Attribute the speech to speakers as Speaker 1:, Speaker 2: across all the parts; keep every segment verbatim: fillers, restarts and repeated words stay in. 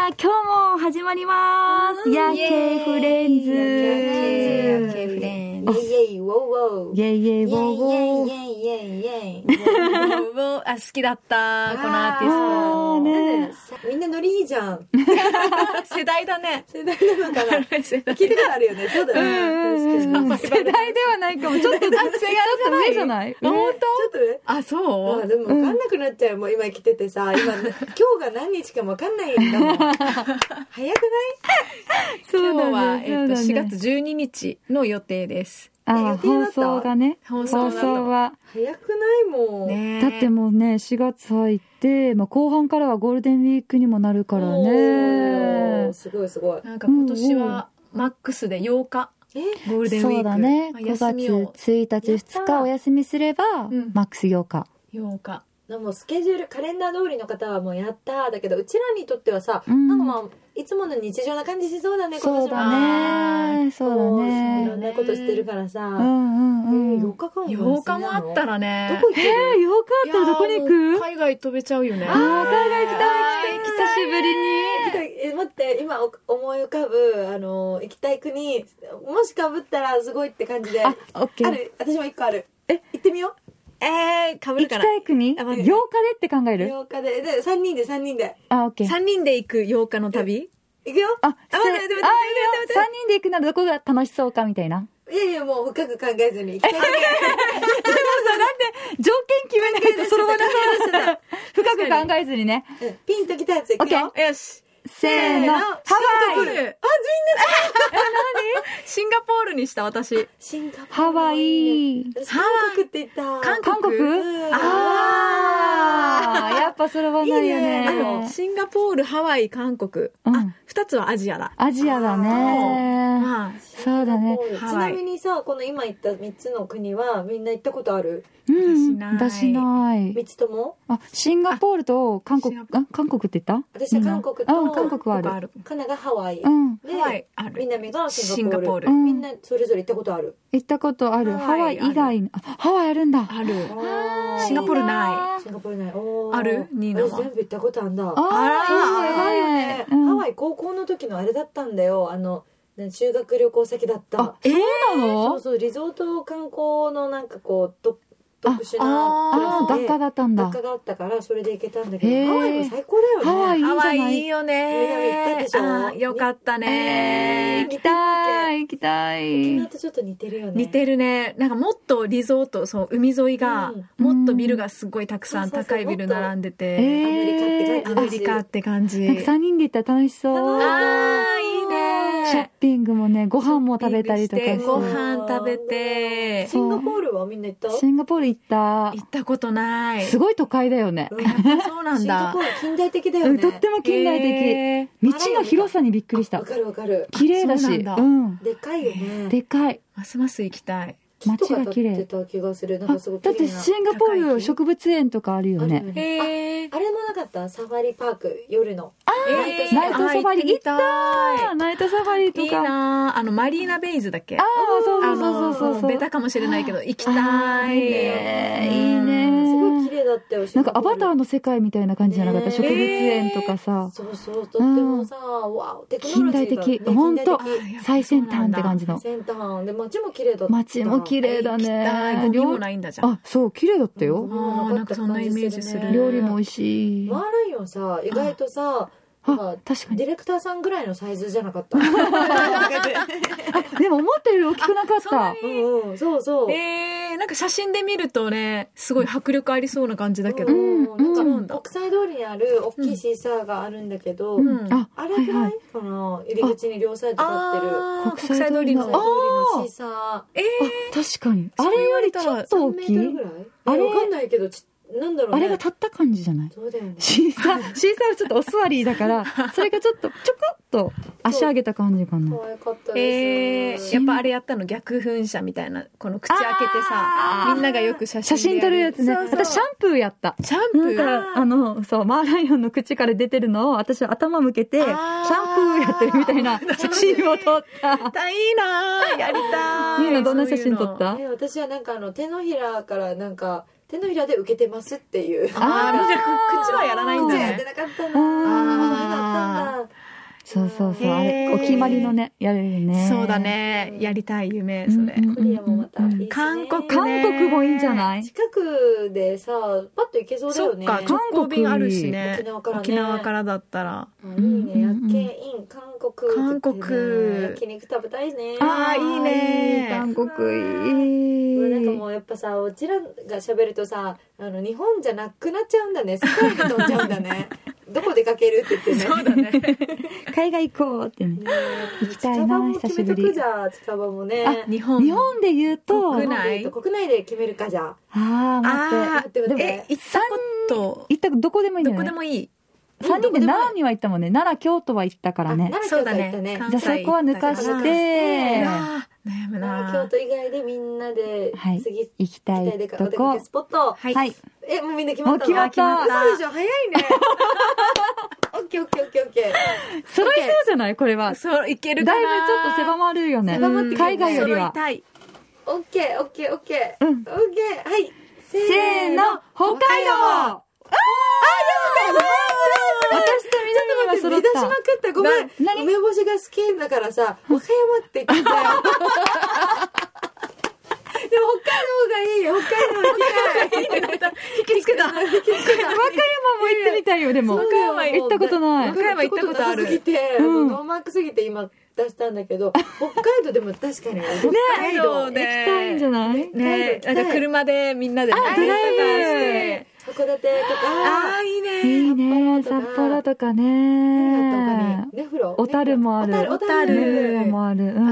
Speaker 1: 今日も始まります。夜景フレンズ。
Speaker 2: 夜景フレンズ。イェイイェイウォーウォー。
Speaker 1: イェイイェイウォーウォー。
Speaker 2: イェイイェイイェイイェイ。ウォーウォー。あ、好きだった。このアーティスト。
Speaker 3: ね、みんなノリいいじゃん。
Speaker 2: 世代だね。
Speaker 3: 世代なのかな。聞いたことあるよね。そうだよね。
Speaker 1: 世代ではないかも。ちょっと、ちょっと上じゃない？
Speaker 2: 本当？
Speaker 3: ちょっとね。
Speaker 2: あ、そう？
Speaker 3: あ、でも分かんなくなっちゃう。もう今生きててさ、今、今日が何日かも分かんないんだもん。早くない？
Speaker 1: そうだね。
Speaker 2: 今日は、えっと、しがつじゅうににちの予定です。
Speaker 1: あ、放送がね。
Speaker 2: 放送
Speaker 1: は。
Speaker 3: 早くないもん。
Speaker 1: ね、だってもうね、しがつ入って、まあ、後半からはゴールデンウィークにもなるからね。
Speaker 3: すごいすごい。
Speaker 2: なんか今年はマックスでようか。
Speaker 3: え
Speaker 2: ゴールデンウィーク。
Speaker 1: そうだね。ごがつついたちふつかお休みすれば、マックスようか。
Speaker 2: ようか。
Speaker 3: でもスケジュールカレンダー通りの方はもうやっただけど、うちらにとってはさ、
Speaker 1: うん、
Speaker 3: なんかまあいつもの日常な感じしそうだね。
Speaker 1: そうだね。そうだね。
Speaker 3: いろんなことしてるからさ。
Speaker 1: うんうんうん。
Speaker 3: ようかかん
Speaker 2: ようかもあったらね。
Speaker 3: どこ行ける？
Speaker 1: えー、ようかあったらどこに行く？
Speaker 2: 海外飛べちゃうよね。
Speaker 1: あー、海外行きたい。久しぶりに。
Speaker 3: え、待って、今思い浮かぶあの行きたい国、もしかぶったらすごいって感じで。
Speaker 1: あ、オッケー。
Speaker 3: ある。私も一個ある。
Speaker 1: え、
Speaker 3: 行ってみよう。
Speaker 2: えー、かぶるかな。
Speaker 1: 行きたい国？ようかでって考える？
Speaker 3: ようかで、で、さんにんでさんにんで。
Speaker 1: あ、オッケー。
Speaker 2: さんにんで行くようかの旅？
Speaker 3: 行くよ。
Speaker 1: あ、
Speaker 3: あ、待って待って待って待って。
Speaker 1: さんにんで行くならどこが楽しそうかみたいな。
Speaker 3: いやいや、もう深く考えずに行きたい国。
Speaker 1: でもさ、なんで条件決めないとそろばなそうでした。深く考えずにね。
Speaker 3: ピンときたやつ行くよ。
Speaker 2: よし。
Speaker 1: せーの。ハワイ。
Speaker 3: あ、みんな何？
Speaker 2: シンガポールにした私。
Speaker 3: シンガポール。
Speaker 1: ハワイ。
Speaker 3: 私韓国って言った。
Speaker 2: 韓
Speaker 1: 韓国？あー、やっぱそれはないよね。
Speaker 2: シンガポール、ハワイ、韓国。あ、二つはアジアだ。
Speaker 1: アジアだね。
Speaker 2: まあ、
Speaker 1: そうだね。
Speaker 3: ちなみにさ、この今言ったみっつの国はみんな行ったことある？
Speaker 1: うん、私ない。
Speaker 3: みっつとも？
Speaker 1: あ、シンガポールと韓国、あ、韓国って言った？
Speaker 3: 私は韓国と、
Speaker 1: 韓国はある。
Speaker 3: カナダ、ハワイ。
Speaker 1: うん。
Speaker 3: で、南がシンガポール。
Speaker 1: うん、
Speaker 3: みんなそれぞれ行ったことある？
Speaker 1: 行ったことある。ハワイ以外の、あ、ハワイあるんだ。
Speaker 2: ある。シンガポールない。
Speaker 3: シンガポールない。
Speaker 2: ある？ニーナは。
Speaker 3: 私全部行ったことあるんだ。
Speaker 1: あら、
Speaker 3: すごいよね。ハワイ高校の時のあれだったんだよ。あの、修学旅行先だった。
Speaker 1: あ、そうなの？
Speaker 3: そうそう、リゾート観光のなんかこう、特殊なクラスで
Speaker 1: 学科だったんだ。
Speaker 3: 学科があったからそれで行けたんだけど、ハワイも最高だよね。
Speaker 1: ハワイいいじゃない？
Speaker 2: ハワイいいよね。
Speaker 3: 南行ったでしょ？
Speaker 2: あ、よかったね。
Speaker 1: 行きたい、行きたい。
Speaker 3: 沖縄とちょっと似てるよね。
Speaker 2: 似てるね。なんかもっとリゾート、そう海沿いが、もっとビルがすごいたくさん、高いビル並んでて、
Speaker 3: アメリカって感じ。
Speaker 2: アメリカって感じ。
Speaker 1: なんかさんにんで行ったら楽しそう。
Speaker 2: あー、いいね。
Speaker 1: ショッピングもね、ご飯も食べたりとかして。
Speaker 2: ご飯食べて。
Speaker 3: シンガポールはみんな行った？
Speaker 1: シンガポール行った。
Speaker 2: 行ったことない。
Speaker 1: すごい都会だよね。
Speaker 2: やっぱそうなんだ。
Speaker 3: シンガポール近代的だよね。
Speaker 1: とっても近代的。道の広さにびっくりした。
Speaker 3: わかるわかる。
Speaker 1: 綺麗だし。うん。
Speaker 3: でかいよね。
Speaker 1: でかい。
Speaker 2: ますます行きたい。
Speaker 1: 街が綺麗。
Speaker 3: だって
Speaker 1: シンガポール植物園とかあるよね。
Speaker 2: へ
Speaker 3: あれもなかった？サファリパーク夜の。
Speaker 1: あー、ナイトサファリ行ったー。ナイトサファリとか。
Speaker 2: いいな。あのマリーナベイズだっけ？
Speaker 1: ああ、そうそうそうそうそう。
Speaker 2: ベタかもしれないけど行きたい。
Speaker 1: いいね。いいね。
Speaker 3: すごい綺麗だったよ。
Speaker 1: なんかアバターの世界みたいな感じじゃなかった？植物園とかさ。
Speaker 3: そうそう、とってもさ、わお、テクノロジーが
Speaker 1: 近代的。本当最先端って感じの。
Speaker 3: 最先端で街も綺麗だった。
Speaker 1: 街も綺麗だね。
Speaker 2: ゴミもないんだじゃん。
Speaker 1: あ、そう、綺麗だったよ。
Speaker 2: あ、なんかそんなイメージする。
Speaker 1: 料理も美味しい。
Speaker 3: マーライオンさ、意外とさ、
Speaker 1: あ、確かに
Speaker 3: ディレクターさんぐらいのサイズじゃなかった？
Speaker 1: でも思ったより大きくなかった。
Speaker 3: うんうん、そうそう。
Speaker 2: えー、なんか写真で見るとね、すごい迫力ありそうな感じだけど。
Speaker 3: うん、なんか国際通りにある大きいシーサーがあるんだけど、あれぐらいかな、入り口に両サイド立ってる
Speaker 2: 国際通りの
Speaker 3: シーサー。
Speaker 2: え
Speaker 1: ー、確かに。あれよりちょっと大きい。
Speaker 3: あれわかんないけど、なんだろうね。
Speaker 1: あれが立った感じじゃない？
Speaker 3: そうだよね。
Speaker 1: シーサー、シーサーはちょっとお座りだから、それがちょっとちょこっと足上げた感じかな。
Speaker 3: 可愛かったです。
Speaker 2: えー、やっぱあれやったの逆噴射みたいな、この口開けてさ、みんながよく写真
Speaker 1: 写真撮るやつね。私シャンプーやった。
Speaker 2: シャンプー
Speaker 1: あの、そう、マーライオンの口から出てるのを私は頭向けて、シャンプーやってるみたいな写真を撮った。
Speaker 2: いいなぁ、やりたい。
Speaker 1: いいの、どんな写真撮った？
Speaker 3: 私はなんかあの、手のひらからなんか、手のひらで受けてますっていう。
Speaker 2: ああ、みんな口はやらないんだね。
Speaker 3: 口やってなかったな。ああ、
Speaker 1: そうそうそう、あれお決まりのねやるよね。
Speaker 2: そうだね、やりたい夢それ。
Speaker 3: コリアもまたいいしね。
Speaker 2: 韓国ね、
Speaker 1: 韓国もいいんじゃない？
Speaker 3: 近くでさパッと行けそうだよね。
Speaker 2: そっか、直行便あるしね。
Speaker 3: 沖縄からね。
Speaker 2: 沖縄からだったら
Speaker 3: いいね。夜景イン韓国。
Speaker 2: 韓国
Speaker 3: 焼肉食べたいね。
Speaker 2: ああいいね。
Speaker 1: 韓国いい。
Speaker 3: なんかもうやっぱさ、うちらが喋るとさ、あの日本じゃなくなっちゃうんだね。世界で飛んじゃうんだね。どこ出かけるって言ってね。
Speaker 2: そうだね。
Speaker 1: 海外行こうってね。行きたいな、久しぶり。
Speaker 3: じゃあ近場もね。
Speaker 1: あ、日本。日本で言うと
Speaker 3: 国内国内で決めるかじゃあ。
Speaker 1: ああ、待って。
Speaker 2: え、行ったこと
Speaker 1: 行ったどこでもいいんだよね。
Speaker 2: どこでもいい。
Speaker 1: さんにんで奈良には行ったもんね。奈良、京都は行ったからね。
Speaker 3: そうだね。
Speaker 1: じゃあそこは抜かして、
Speaker 2: 悩むな。
Speaker 3: 京都以外でみんなで次
Speaker 1: 行きたいとこ。
Speaker 3: スポット。
Speaker 1: はい。
Speaker 3: え、もうみんな決まったの？
Speaker 1: 決まった。
Speaker 3: 嘘でしょ、早いね。オッケーオッケーオッケーオッケー。
Speaker 1: 揃いそうじゃないこれは。
Speaker 2: そう、いけるかな。
Speaker 1: だいぶちょっと狭まるよね。海外よりは。
Speaker 3: オッケーオッケーオッケー。うん。オッケー。はい。
Speaker 1: せーの、北海道。あー、でも私と南が揃った。
Speaker 3: 見出しまくった。ごめん。梅干しが好きだからさ、和歌山って言ってたよ。でも北海道がいいよ。北海道行きたい。
Speaker 2: 引きつけた。
Speaker 1: 和歌山も行ってみたいよ、でも。
Speaker 2: 和歌山
Speaker 1: 行ったことない。
Speaker 2: 和歌山行ったことある。
Speaker 3: すぎて、ノーマークすぎて今出したんだけど、北海道でも確かに。北
Speaker 2: 海道で。
Speaker 1: 行きたいんじゃない
Speaker 2: ね。なんか車でみんなでね。
Speaker 1: ドライブ。
Speaker 3: 函館とか。
Speaker 2: ああ、いいね。
Speaker 1: いいね。札幌とかね。小樽もある。
Speaker 3: 小樽
Speaker 1: もある。うん。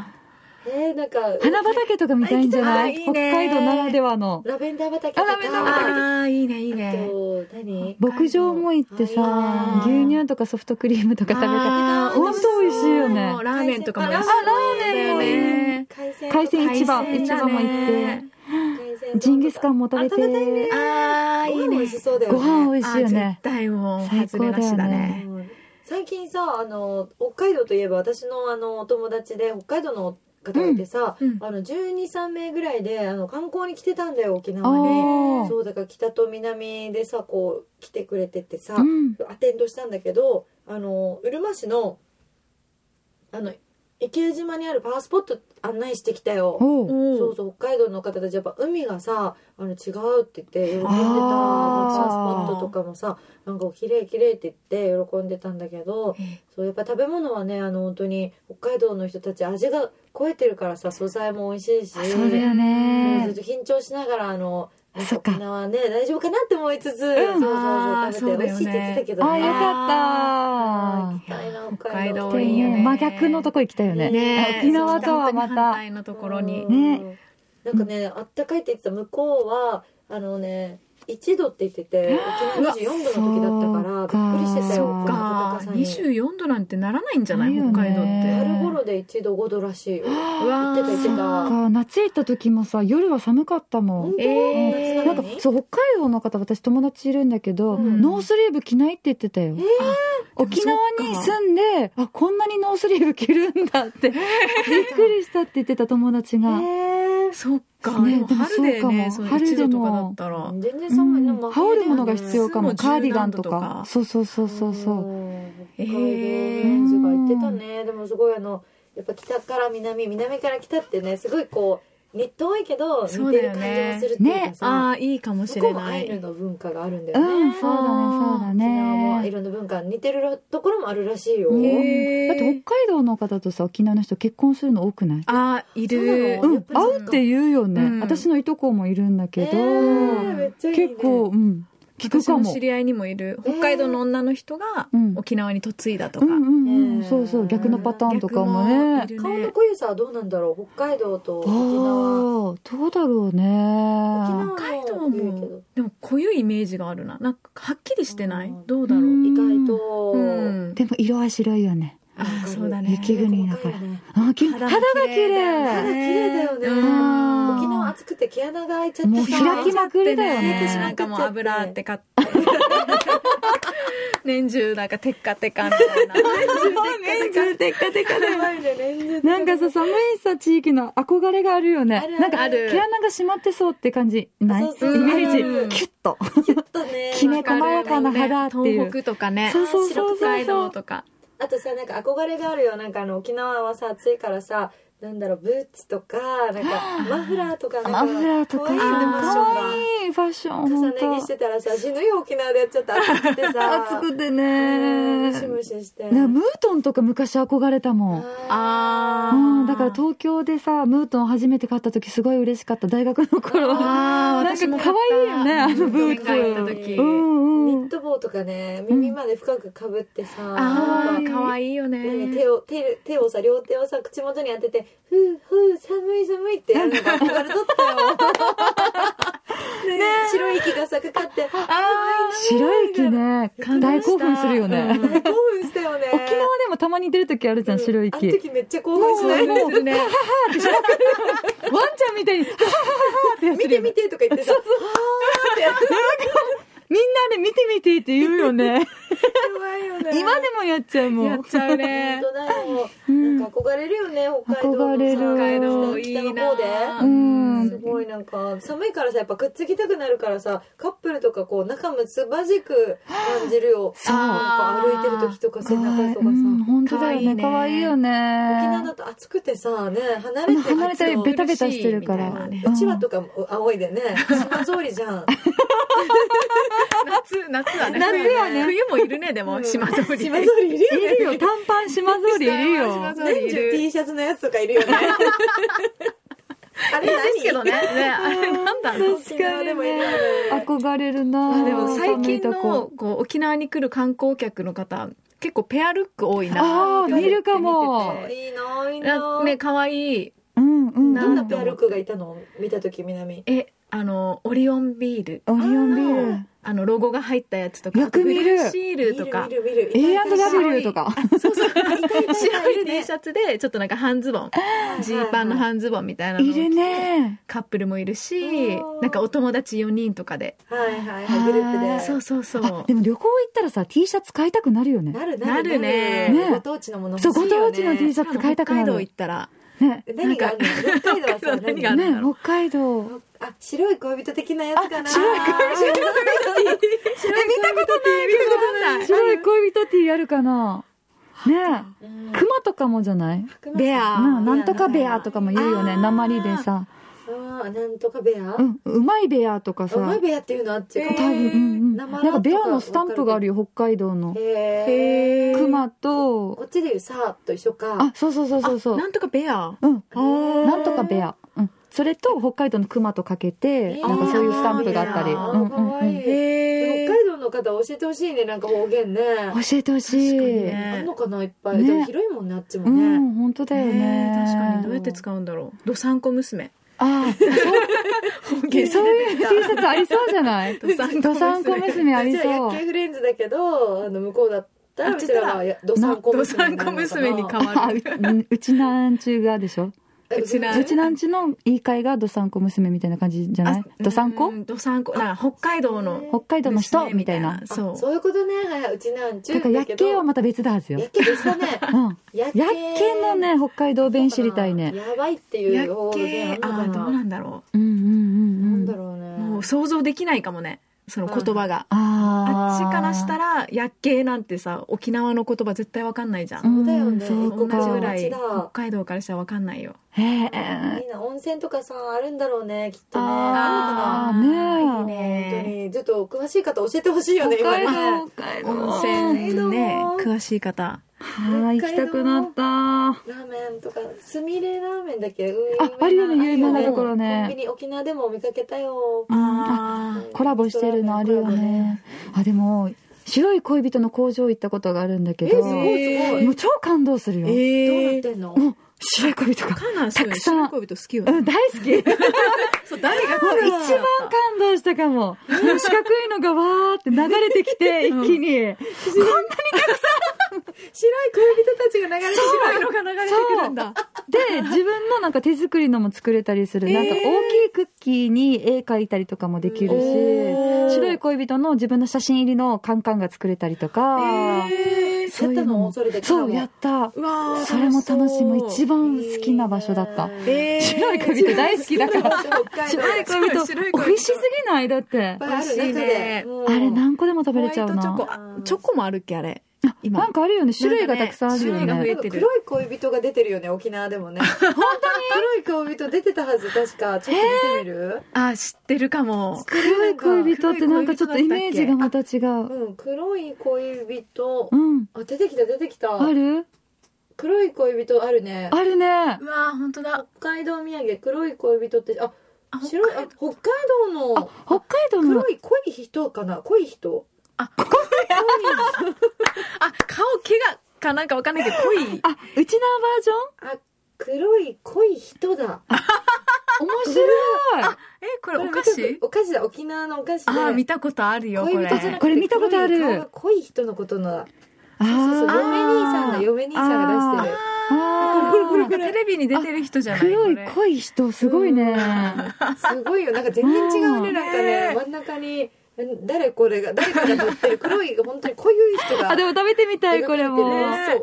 Speaker 3: えー、なんか
Speaker 1: 花畑とか見たいんじゃない？北海道ならではの
Speaker 3: ラベンダー畑とか。
Speaker 1: ラベンダー畑。
Speaker 2: ああ、いいねいいね。
Speaker 3: あと何？
Speaker 1: 牧場も行ってさ、牛乳とかソフトクリームとか食べたら本当美味しいよね。
Speaker 2: ラーメンとかも美味しい。
Speaker 1: あ、ラーメンもいいね。海鮮市場市場も行って。ジンギスカンも食べて。
Speaker 3: ああ、いいね。美味しそうだよね。
Speaker 1: ご飯美味しいよね。
Speaker 2: 絶対もう外れなしだね。
Speaker 3: 最近さ、あの北海道といえば私のあのお友達で北海道の方がいてさ、うん、あのじゅうに、さんめいぐらいであの観光に来てたんだよ、沖縄に。そうだから北と南でさこう来てくれててさ、うん、アテンドしたんだけど、あのうるま市のあの池江島にあるパワースポット案内してきたよ。そうそう、北海道の方たちやっぱ海がさあの違うって言って喜んでた。パワースポットとかもさなんか綺麗綺麗って言って喜んでたんだけど、そうやっぱ食べ物はねあの本当に北海道の人たち味が超えてるからさ、素材も美味しいし、
Speaker 1: そうだよね。
Speaker 3: ずっと緊張しながらあの沖縄ね大丈夫かなって思いつつ、うん、そうそうそう食べて美味しいって言ってたけどね。
Speaker 1: あ、よかった。
Speaker 3: 行きたいな
Speaker 2: 北海道いいよね。
Speaker 1: 真逆のとこ行きたいよね。
Speaker 2: ね、
Speaker 1: 沖縄とはまた
Speaker 2: 反対のところに
Speaker 1: ね。
Speaker 3: なんかね、あったかいって言ってた向こうはあのねいちどって言ってて、沖縄にじゅうよんどの時だったからびっくりしてたよ。
Speaker 2: そっか、にじゅうよんどなんてならないんじゃない？北海道って
Speaker 3: 春頃でいちどごどらしいよ。
Speaker 2: うわ、
Speaker 3: 言ってた言ってた。
Speaker 1: 夏行った時もさ夜は寒かったもん。
Speaker 3: えー、
Speaker 1: なんかそう北海道の方私友達いるんだけど、うん、ノースリーブ着ないって言ってたよ。えー、沖縄に住んであこんなにノースリーブ着るんだってびっくりしたって言ってた友達が。え
Speaker 2: ー、そっか、ね、でも春でね、春でもとかだったら
Speaker 3: 全然寒いの、
Speaker 1: うん、羽織るものが必要かも。カーディガンとか。そうそうそうそうそう。
Speaker 3: 北海道メンズが言ってたね。でもすごいあのやっぱ北から南南から北ってねすごいこうネット多いけど似てる感じもするっていうかさ、
Speaker 2: ね、ああいいかもしれない。
Speaker 3: 向こうもアイヌの文化があるんだよね。
Speaker 1: うん、そうだねそうだね。
Speaker 3: 沖縄もいろんな文化似てるところもあるらしいよ。
Speaker 1: へだって北海道の方とさ沖縄の人結婚するの多くない？
Speaker 2: あいる。
Speaker 1: うん、会うって言うよね、うん、私のいとこもいるんだけど、え
Speaker 3: ー、めっちゃいいね、
Speaker 1: 結構うん聞くかも。
Speaker 2: 私の知り合いにもいる北海道の女の人が沖縄に嫁いだとか、
Speaker 1: うんうんうん、そうそう逆のパターンとかもね。
Speaker 3: ね顔の濃ゆさはどうなんだろう北海道と沖縄。
Speaker 1: どうだろうね。
Speaker 2: 北海道もでも濃ゆいイメージがあるな。なんかはっきりしてない、うん、どうだろう。
Speaker 3: 意外と、
Speaker 1: うん、でも色は白いよね。
Speaker 2: あそうだね。
Speaker 1: 雪国だから。あ肌が綺麗。
Speaker 3: 肌綺麗だよね。沖縄暑くて毛穴が開いちゃって
Speaker 1: もう開きまくりだよね。
Speaker 2: なんかもう油って買って年中なんかテッカテカみたいな。
Speaker 1: 年中テッカテカだよ。なんかさ寒いさ地域の憧れがあるよね。なんか毛穴が閉まってそうって感じない？イメージキュッと。
Speaker 3: キュッとね。
Speaker 1: きめ細やかな肌っていう。
Speaker 2: 東北とかね。
Speaker 1: そうそうそうそう。
Speaker 2: 北海道とか。
Speaker 3: あとさ、なんか憧れがあるよ。なんかあの沖縄はさ暑いからさ、なんだろう、ブーツとかなんかマフラーとかなんか
Speaker 1: マフラーとか
Speaker 3: 可愛いね、ファッションが
Speaker 1: 可愛いファッション
Speaker 3: 重ね着してたらさ、死ぬよ沖縄でやっちゃった暑くてさ
Speaker 1: 暑くて
Speaker 3: うん
Speaker 1: ね
Speaker 3: ムシムシして
Speaker 1: ねムートンとか昔憧れたもん。
Speaker 2: あ
Speaker 1: うん、だから東京でさムートン初めて買った時すごい嬉しかった。大学の頃
Speaker 2: あー
Speaker 1: なんか可愛いよね、あのブーツ。
Speaker 2: 海外行った時
Speaker 1: うんうん
Speaker 3: ニット帽とかね、耳まで深くかぶってさ、
Speaker 2: あー
Speaker 3: なんか
Speaker 2: かわいいよ
Speaker 3: 何
Speaker 2: ね。
Speaker 3: 手を手手をさ、両手をさ口元に当ててふうふう寒い寒いってやるのが憧れとったよ。ね、白い息がさかかって
Speaker 1: 白い息ね大興奮するよね、
Speaker 3: うん興奮したよね。
Speaker 1: 沖縄でもたまに出る時あるじゃん、白い
Speaker 3: あの
Speaker 1: 息。
Speaker 3: 時めっちゃ興奮しない
Speaker 1: もうもう
Speaker 2: するね。
Speaker 1: ワンちゃんみたいに、はははってやってるよね。
Speaker 3: 見て見てとか言ってさ、
Speaker 1: みんなで見て見てって言うよね。
Speaker 3: 怖いよね。
Speaker 1: 今でもやっちゃうもん。
Speaker 2: やっちゃうね
Speaker 3: 本。当だよ。
Speaker 1: うん
Speaker 3: なんか憧れるよね、北海道のさ。
Speaker 1: 憧れる
Speaker 2: 北海道
Speaker 3: 北
Speaker 2: いいな
Speaker 3: の方で。
Speaker 1: うん
Speaker 3: すごいなんか寒いからさ、やっぱくっつきたくなるからさ、カップルとかこう仲睦まじく感じるよ。
Speaker 1: そう
Speaker 3: なんか歩いてる時とか背中とかさ。
Speaker 1: うん本当だよね。
Speaker 2: 可
Speaker 1: 可愛いよね。
Speaker 3: 沖縄だと暑くてさ、ね、離れて
Speaker 1: 離れたりベタベタしてるか
Speaker 2: みた
Speaker 1: ら。
Speaker 2: いなね
Speaker 3: うちわとかも青いでね、島ぞうりじゃん。
Speaker 2: 夏、夏はね。
Speaker 1: 夏はね
Speaker 2: 冬もいるね、でも、島ぞうり。
Speaker 3: 島ぞうりいるよね。
Speaker 1: いるよ。短パン島ぞうりいるよ。
Speaker 2: 島ぞう
Speaker 3: 年中 T シャツのやつとかいるよね。あれ何
Speaker 2: ですけどね。ね、あれなんだろう。
Speaker 3: 沖縄でもいるよね。
Speaker 1: 憧れるなぁ。
Speaker 2: でも最近
Speaker 1: 寒いと
Speaker 2: の
Speaker 1: こ
Speaker 2: こう沖縄に来る観光客の方、結構ペアルック多いな
Speaker 1: あー
Speaker 2: って思って
Speaker 1: 見るかも
Speaker 2: 見てて
Speaker 3: いいな、いいな。
Speaker 2: ね、可愛い。
Speaker 1: うんうん。
Speaker 3: どんなペアルックがいたの見たとき、南。
Speaker 2: え、あの、オリオンビール。
Speaker 1: オリオンビール。
Speaker 2: あの、ロゴが入ったやつとか。
Speaker 1: よく見る
Speaker 2: あとブルーシールとか
Speaker 3: 見。る見る見る。
Speaker 1: エーアンドダブリュー とか。
Speaker 3: そうそう。いたいたいた
Speaker 2: 白い
Speaker 3: いた
Speaker 2: T シャツで、ちょっとなんか半ズボン。ジーパンの半ズボンみたいなのを
Speaker 1: いるね。
Speaker 2: カップルもいるし
Speaker 3: うん、
Speaker 2: なんかお友達よにんとかで。
Speaker 3: はいはいはい、グループで。
Speaker 2: そうそうそう。
Speaker 1: あ、でも旅行行ったらさ、T シャツ買いたくなるよね。
Speaker 3: なるなる
Speaker 2: なるね
Speaker 1: ね
Speaker 3: ご当地のもの
Speaker 1: そう、
Speaker 3: 欲しいよね。
Speaker 1: ご当地の T シャツ買いたくな
Speaker 2: 北海道
Speaker 1: る。
Speaker 2: 行ったら、
Speaker 1: ね。
Speaker 3: 何があるの北海道はさ、
Speaker 2: 何がある
Speaker 3: 何
Speaker 1: ね、北海道。
Speaker 3: あ、白い恋人的なやつかな。
Speaker 1: 白い恋人
Speaker 3: 白い恋人。
Speaker 1: え、見たことない、見たことない。白い恋人 T やるかなねえ。熊とかもじゃない
Speaker 2: ベア
Speaker 1: ななんとかベアとかも言うよね。鉛でさ。
Speaker 3: ああ、なんとかベア
Speaker 1: うん、うまいベアとかさ。
Speaker 3: うまいベアっていうのあっちか。
Speaker 1: 多分、うんうん。
Speaker 3: 生
Speaker 1: なんかベアのスタンプがあるよ、北海道の。
Speaker 3: へー。
Speaker 1: 熊と
Speaker 3: こ、っちでいうさーと一緒か。
Speaker 1: あ、そうそうそうそうそう。
Speaker 2: なんとかベア。
Speaker 1: うん。
Speaker 3: ー
Speaker 1: なんとかベア。うん。それと北海道の熊とかけて、
Speaker 3: ー
Speaker 1: なんかそういうスタンプがあったり。
Speaker 3: あー
Speaker 1: うんうんうん。
Speaker 3: かわいい。
Speaker 2: へ
Speaker 3: 北海道の方教えてほしいね、なんか方言ね。
Speaker 1: 教えてほしい。
Speaker 2: 確かにね
Speaker 3: あんのかないっぱい。
Speaker 1: ね
Speaker 3: でも広いもんね、あっちも
Speaker 1: う
Speaker 3: ね。
Speaker 1: ん、本当だよね。
Speaker 2: 確かにどうやって使うんだろう。どさんこ娘。
Speaker 1: ああ、そうそういう T シャツありそうじゃない
Speaker 2: どさんこ娘
Speaker 1: どさんこ娘あり
Speaker 3: じゃあ、
Speaker 1: そう
Speaker 3: 薬系。フレンズだけど、あの、向こうだったら、
Speaker 2: あ
Speaker 3: うちらはやどさんこ
Speaker 2: ど
Speaker 3: 娘
Speaker 2: さんこ娘に変わ
Speaker 1: あ
Speaker 2: る。
Speaker 1: うんうちなんちゅうがでしょ
Speaker 2: うちな
Speaker 1: うちなんちゅうの言い換えがどさんこ娘みたいな感じじゃないどさんこ
Speaker 2: どさんこ。なんか北海道の。
Speaker 1: 北海道の人みたいな。
Speaker 2: そう。
Speaker 3: そういうことね。はいはい、うちなんちゅう
Speaker 1: だから
Speaker 3: だけど。
Speaker 1: 薬系はまた別だはずよ。
Speaker 3: 薬系別だね。
Speaker 1: うん。
Speaker 3: 薬
Speaker 1: 薬系のね、北海道弁知りたいね。
Speaker 3: やばいっていう
Speaker 2: 薬
Speaker 3: 方言
Speaker 2: 系、ああ、
Speaker 3: あんのかな。
Speaker 2: どうなんだろ
Speaker 1: うんうんうんうん。
Speaker 3: なんだろうね。
Speaker 2: う。もう想像できないかもね。その言葉が。
Speaker 1: あ
Speaker 2: あっちからしたら、薬系なんてさ、沖縄の言葉絶対わかんないじゃん。
Speaker 3: そうだよね。
Speaker 1: うん
Speaker 2: 同じぐらい、
Speaker 3: 一個か
Speaker 2: 北海道からしたらわかんないよ。
Speaker 1: へ
Speaker 3: いい
Speaker 1: え。
Speaker 3: な、温泉とかさ、あるんだろうね、きっとね。
Speaker 1: あー
Speaker 3: あるのかな。
Speaker 1: ねえ。
Speaker 2: いい
Speaker 3: 本当
Speaker 2: ね。
Speaker 3: に。ちょっと詳しい方教えてほしいよね、今
Speaker 1: 北海道、
Speaker 3: ね。
Speaker 1: 北海道。
Speaker 2: 温泉ね、詳しい方。
Speaker 1: はい、行きたくなった。
Speaker 3: ラーメンとか、すみれラーメンだっけ、うん
Speaker 1: ああるよね有名なところね
Speaker 3: コンビニ、沖縄でも見かけたよ。
Speaker 2: あ
Speaker 1: コラボしてるのあるよね。あ、でも、白い恋人の工場行ったことがあるんだけど、
Speaker 3: えすごいすごい
Speaker 1: もう超感動するよ。
Speaker 3: どうなっ
Speaker 2: え
Speaker 3: てんの？
Speaker 1: もう白い恋人が。
Speaker 2: カナン
Speaker 1: たくさん
Speaker 2: 白い恋人好きよね。
Speaker 1: うん、大好き。
Speaker 2: そう、誰が
Speaker 1: もう一番感動したかも。もう四角いのがわーって流れてきて、一気に。
Speaker 3: 白い恋人たちが流れて
Speaker 2: 白いのが流れてくるんだ。
Speaker 1: で、自分のなんか手作りのも作れたりする。なんか大きいクッキーに絵描いたりとかもできるし、
Speaker 2: おー
Speaker 1: 白い恋人の自分の写真入りのカンカンが作れたりとか、
Speaker 2: えー、
Speaker 1: そういうのも
Speaker 3: やったのそれで
Speaker 1: そう、やった。
Speaker 2: うわー
Speaker 1: それも楽しい。もう一番好きな場所だった。
Speaker 2: えー、
Speaker 1: 白い恋人大好きだから。
Speaker 3: 北海道
Speaker 1: 白い恋人、
Speaker 2: 白い恋人
Speaker 1: 美味しすぎないだって。
Speaker 3: いっぱいある中で。
Speaker 2: 美味しいね
Speaker 3: うん
Speaker 1: あれ何個でも食べれちゃう
Speaker 2: ホワイトチョコ
Speaker 1: な。
Speaker 2: あチョコもあるっけあれ。 今
Speaker 1: なんかあるよね、種類がたくさんあるよね。
Speaker 2: なんかね種類が増えてる
Speaker 3: 黒い恋人が出てるよね、沖縄でもね。本当に黒い恋人出てたはず、確か。ちょっと見てみる？
Speaker 2: あ、知ってるかも。
Speaker 1: 黒い恋人ってなんかちょっとイメージがまた違う。
Speaker 3: うん、黒い恋人。
Speaker 1: うん。
Speaker 3: あ、出てきた出てきた。
Speaker 1: ある？
Speaker 3: 黒い恋人あるね。
Speaker 1: あるね。
Speaker 2: うわー、本当だ。
Speaker 3: 北海道土産、黒い恋人って、あ、白い、あ、北海道の、
Speaker 1: 北海道の
Speaker 3: 黒い濃い人かな、濃い人。
Speaker 2: あ、濃い。あ、顔、毛が、かなんかわかんないけど、濃い。
Speaker 1: あ、うちなバージョン？
Speaker 3: あ、黒い濃い人だ。
Speaker 1: 面白い。
Speaker 2: あ、え、これお菓子？
Speaker 3: お菓子だ、沖縄のお菓子で。
Speaker 2: あ、見たことあるよ、これ。
Speaker 3: 恋人じゃなくて
Speaker 1: これ見たことある。
Speaker 3: 顔が濃い人のことの。
Speaker 1: あ
Speaker 3: そうそうそう、嫁兄さんだ、嫁兄さんが出してる。
Speaker 1: あ
Speaker 2: これこれテレビに出てる人じゃない？
Speaker 1: 黒い濃い人、すごいね。
Speaker 3: すごいよ、なんか全然違うね、なんかね、真ん中に。誰これが、誰かが乗ってる黒い、本当に濃い人が。
Speaker 1: あ、でも食べてみたい、これも。
Speaker 3: そう。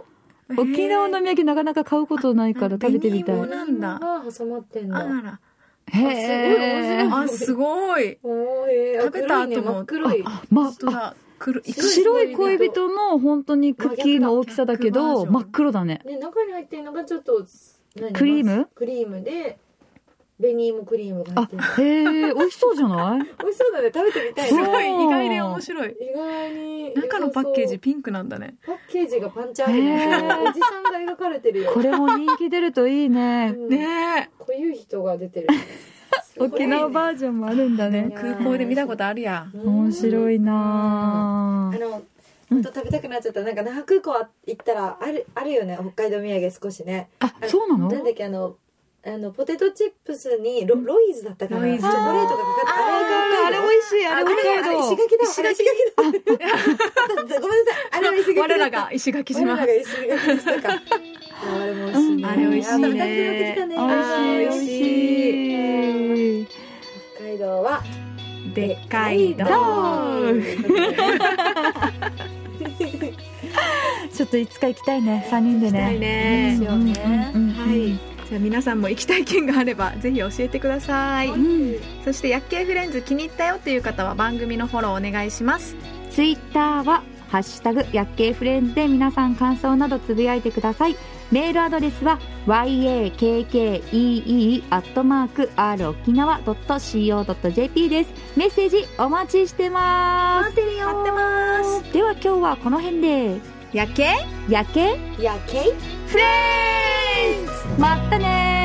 Speaker 1: 沖縄の土産なかなか買うことないから食べてみたい。
Speaker 3: 紅芋なんだ。が挟まってんだ。
Speaker 2: あらら。
Speaker 1: へー。
Speaker 2: あ、すごい。食べた後も
Speaker 3: 黒い。
Speaker 1: ま、
Speaker 2: あ、
Speaker 1: 白い恋人も本当にクッキーの大きさだけど、真っ黒だね。
Speaker 3: ね、中に入ってるのがちょっと、
Speaker 1: クリーム？
Speaker 3: クリームで、紅芋クリームが入ってる。
Speaker 1: あ、へえ、美味しそうじゃない？
Speaker 3: 美味しそうだね、食べてみたい。
Speaker 2: すごい、意外で面白い。
Speaker 3: 意外に。
Speaker 2: 中のパッケージピンクなんだね。
Speaker 3: パッケージがパンチあるね。おじさんが描かれてるよ。
Speaker 1: これも人気出るといいね。
Speaker 2: ねえ。
Speaker 3: こういう人が出てる。
Speaker 1: 沖縄バージョンもあるんだね。
Speaker 2: 空港で見たことあるや。
Speaker 1: 面白いな
Speaker 3: ぁ。あの、本当食べたくなっちゃった。なんか那覇空港行ったらある、あるよね、北海道土産少しね。
Speaker 1: あ、そうなの？
Speaker 3: なんだっけ、あの、あの、ポテトチップスにロ、ロイズだったかな。チョコレートがかかって、
Speaker 1: あれ美味しい、あれ美味しい。
Speaker 3: 石垣だ、石垣だ。ごめんなさい、あれは石垣だ。
Speaker 2: 我らが石垣島。
Speaker 3: 我らが石垣でしたか。あれも美味しいね。
Speaker 2: あれ美味しいね。
Speaker 1: 美味しい。
Speaker 3: 北海道は、
Speaker 2: でっかい道。
Speaker 1: ちょっといつか行きたいね、さんにんでね。
Speaker 2: 行きたいね。
Speaker 3: ですよね。
Speaker 2: はい。じゃあ皆さんも行きたい県があればぜひ教えてください。そして薬系フレンズ気に入ったよっていう方は番組のフォローお願いします。
Speaker 1: ツイッターはハッシュタグ薬系フレンズで皆さん感想などつぶやいてください。メールアドレスは ワイエーケーケーイーイー アットマーク アール 沖縄 ドット シーオー ドット ジェーピー です。メッセージお待ちしてます。
Speaker 2: 待ってるよ。待ってます。
Speaker 1: では今日はこの辺で
Speaker 2: 薬系
Speaker 1: 薬系
Speaker 3: 薬系
Speaker 1: フレンズまたねー。